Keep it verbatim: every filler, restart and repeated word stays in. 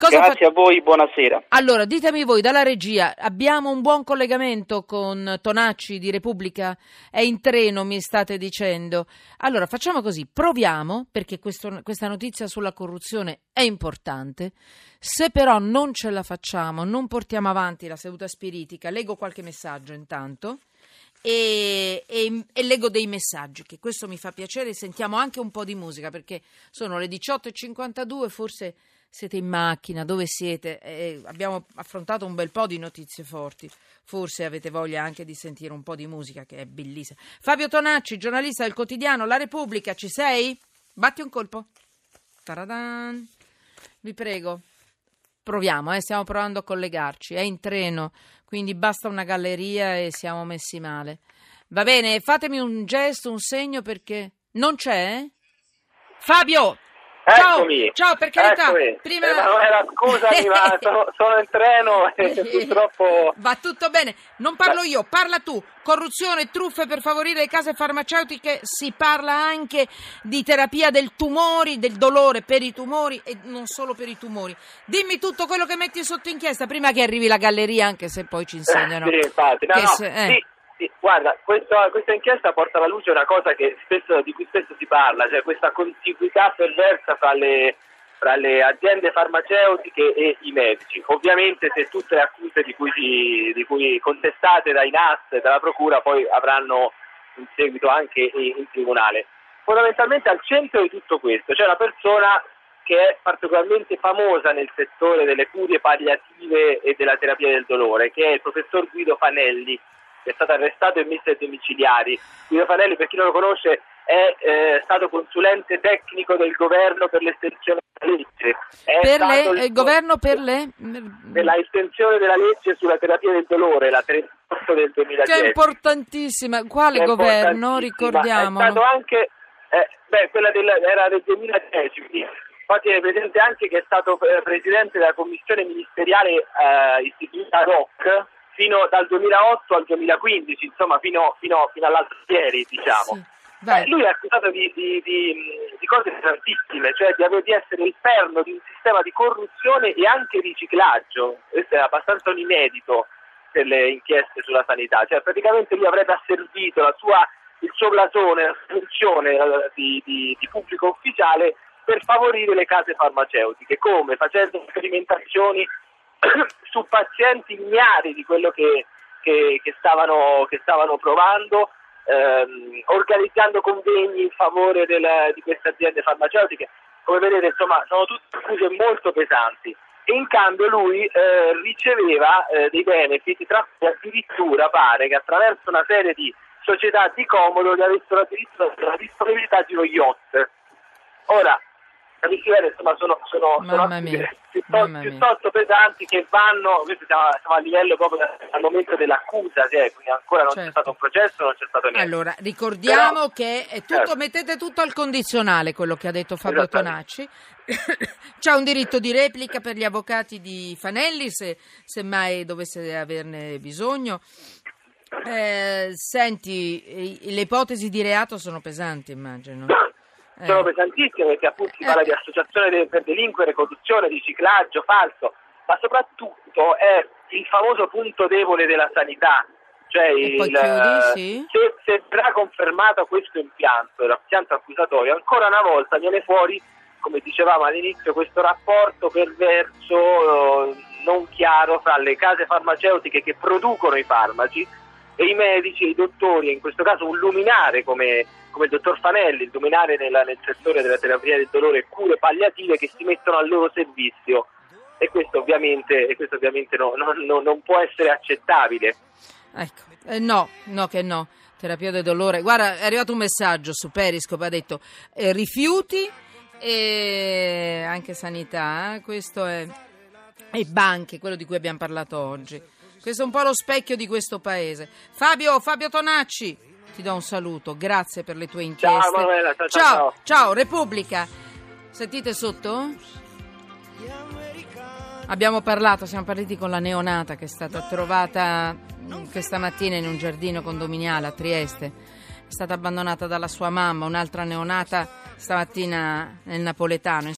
Cosa Grazie fa... a voi, buonasera. Allora, ditemi voi, dalla regia, abbiamo un buon collegamento con Tonacci di Repubblica? È in treno, mi state dicendo. Allora, facciamo così, proviamo, perché questo, questa notizia sulla corruzione è importante. Se però non ce la facciamo, non portiamo avanti la seduta spiritica, leggo qualche messaggio intanto. E, e, e leggo dei messaggi, che questo mi fa piacere. Sentiamo anche un po' di musica, perché sono le diciotto e cinquantadue, forse siete in macchina, dove siete? Eh, abbiamo affrontato un bel po' di notizie forti, forse avete voglia anche di sentire un po' di musica, che è bellissima. Fabio Tonacci, giornalista del quotidiano La Repubblica, ci sei? Batti un colpo. Taradan. Vi prego, proviamo, eh, stiamo provando a collegarci, è in treno, quindi basta una galleria e siamo messi male. Va bene, fatemi un gesto, un segno, perché non c'è? Fabio! Ciao, Eccomi, ciao, per carità. eccomi. Prima... Emanuela, scusami, ma sono, sono in treno e purtroppo... Va tutto bene, non parlo io, parla tu. Corruzione, truffe per favorire le case farmaceutiche, si parla anche di terapia del tumori, del dolore per i tumori e non solo per i tumori. Dimmi tutto quello che metti sotto inchiesta prima che arrivi la galleria, anche se poi ci insegnano. Sì, infatti, no, che no, se, eh. sì. Sì, guarda, questa, questa inchiesta porta alla luce una cosa che spesso, di cui spesso si parla, cioè questa contiguità perversa fra le, fra le aziende farmaceutiche e i medici. Ovviamente se tutte le accuse di cui, si, di cui contestate dai N A S e dalla Procura poi avranno in seguito anche in, in tribunale. Fondamentalmente al centro di tutto questo c'è una persona che è particolarmente famosa nel settore delle curie palliative e della terapia del dolore, che è il professor Guido Fanelli, che è stato arrestato e messo ai domiciliari. Guido Fanelli, per chi non lo conosce, è eh, stato consulente tecnico del governo per l'estensione della legge. È per stato le, il governo per le... per la estensione della legge sulla terapia del dolore, la trentotto del duemiladieci. Che è importantissima. Quale Che è governo? Ricordiamolo. È stato anche, eh, beh, quella del, era del duemiladieci, quindi infatti è presente anche che è stato eh, presidente della commissione ministeriale eh, istituita ad hoc, fino dal duemilaotto al duemilaquindici, insomma fino, fino, fino all'altro ieri, diciamo. Sì, eh, lui è accusato di, di, di, di cose pesantissime, cioè di, aver, di essere il perno di un sistema di corruzione e anche riciclaggio. Questo è abbastanza un inedito per le inchieste sulla sanità, cioè praticamente lui avrebbe asservito la sua, il suo blasone, la sua funzione di, di, di pubblico ufficiale per favorire le case farmaceutiche, come facendo sperimentazioni su pazienti ignari di quello che, che, che, stavano, che stavano provando, ehm, organizzando convegni in favore del, di queste aziende farmaceutiche. Come vedete, insomma, sono tutte accuse molto pesanti. E in cambio lui eh, riceveva eh, dei benefit, tra cui addirittura pare che attraverso una serie di società di comodo gli avessero addirittura la disponibilità di uno yacht. Ora, insomma sono, sono, sono piuttosto, piuttosto pesanti, che vanno, questo siamo, siamo a livello proprio al momento dell'accusa, cioè, quindi ancora non certo. C'è stato un processo, non c'è stato niente. Allora, ricordiamo Però, che è tutto, certo. mettete tutto al condizionale, quello che ha detto Fabio Tonacci. C'è un diritto di replica per gli avvocati di Fanelli, se, se mai dovesse averne bisogno. Eh, senti, le ipotesi di reato sono pesanti, immagino. Sono pesantissime, perché appunto si parla di associazione per delinquere, corruzione, riciclaggio, falso, ma soprattutto è il famoso punto debole della sanità, cioè il, chiudi, sì? se, se verrà confermato questo impianto, l'impianto accusatorio, ancora una volta viene fuori, come dicevamo all'inizio, questo rapporto perverso, non chiaro, fra le case farmaceutiche che producono i farmaci e i medici e i dottori, e in questo caso un luminare come, come il dottor Fanelli, il luminare nella, nel settore della terapia del dolore e cure palliative, che si mettono al loro servizio, e questo ovviamente, e questo ovviamente no, no, no, non può essere accettabile. Ecco, eh, no, no che no, terapia del dolore. Guarda, è arrivato un messaggio su Periscope, ha detto eh, rifiuti e anche sanità, eh? Questo è, e banche, quello di cui abbiamo parlato oggi. Questo è un po' lo specchio di questo paese. Fabio, Fabio Tonacci, ti do un saluto, grazie per le tue inchieste. Ciao Manuela, ciao, ciao, ciao, ciao, Repubblica. Sentite sotto? Abbiamo parlato, siamo partiti con la neonata che è stata trovata questa mattina in un giardino condominiale a Trieste. È stata abbandonata dalla sua mamma, un'altra neonata stamattina nel napoletano.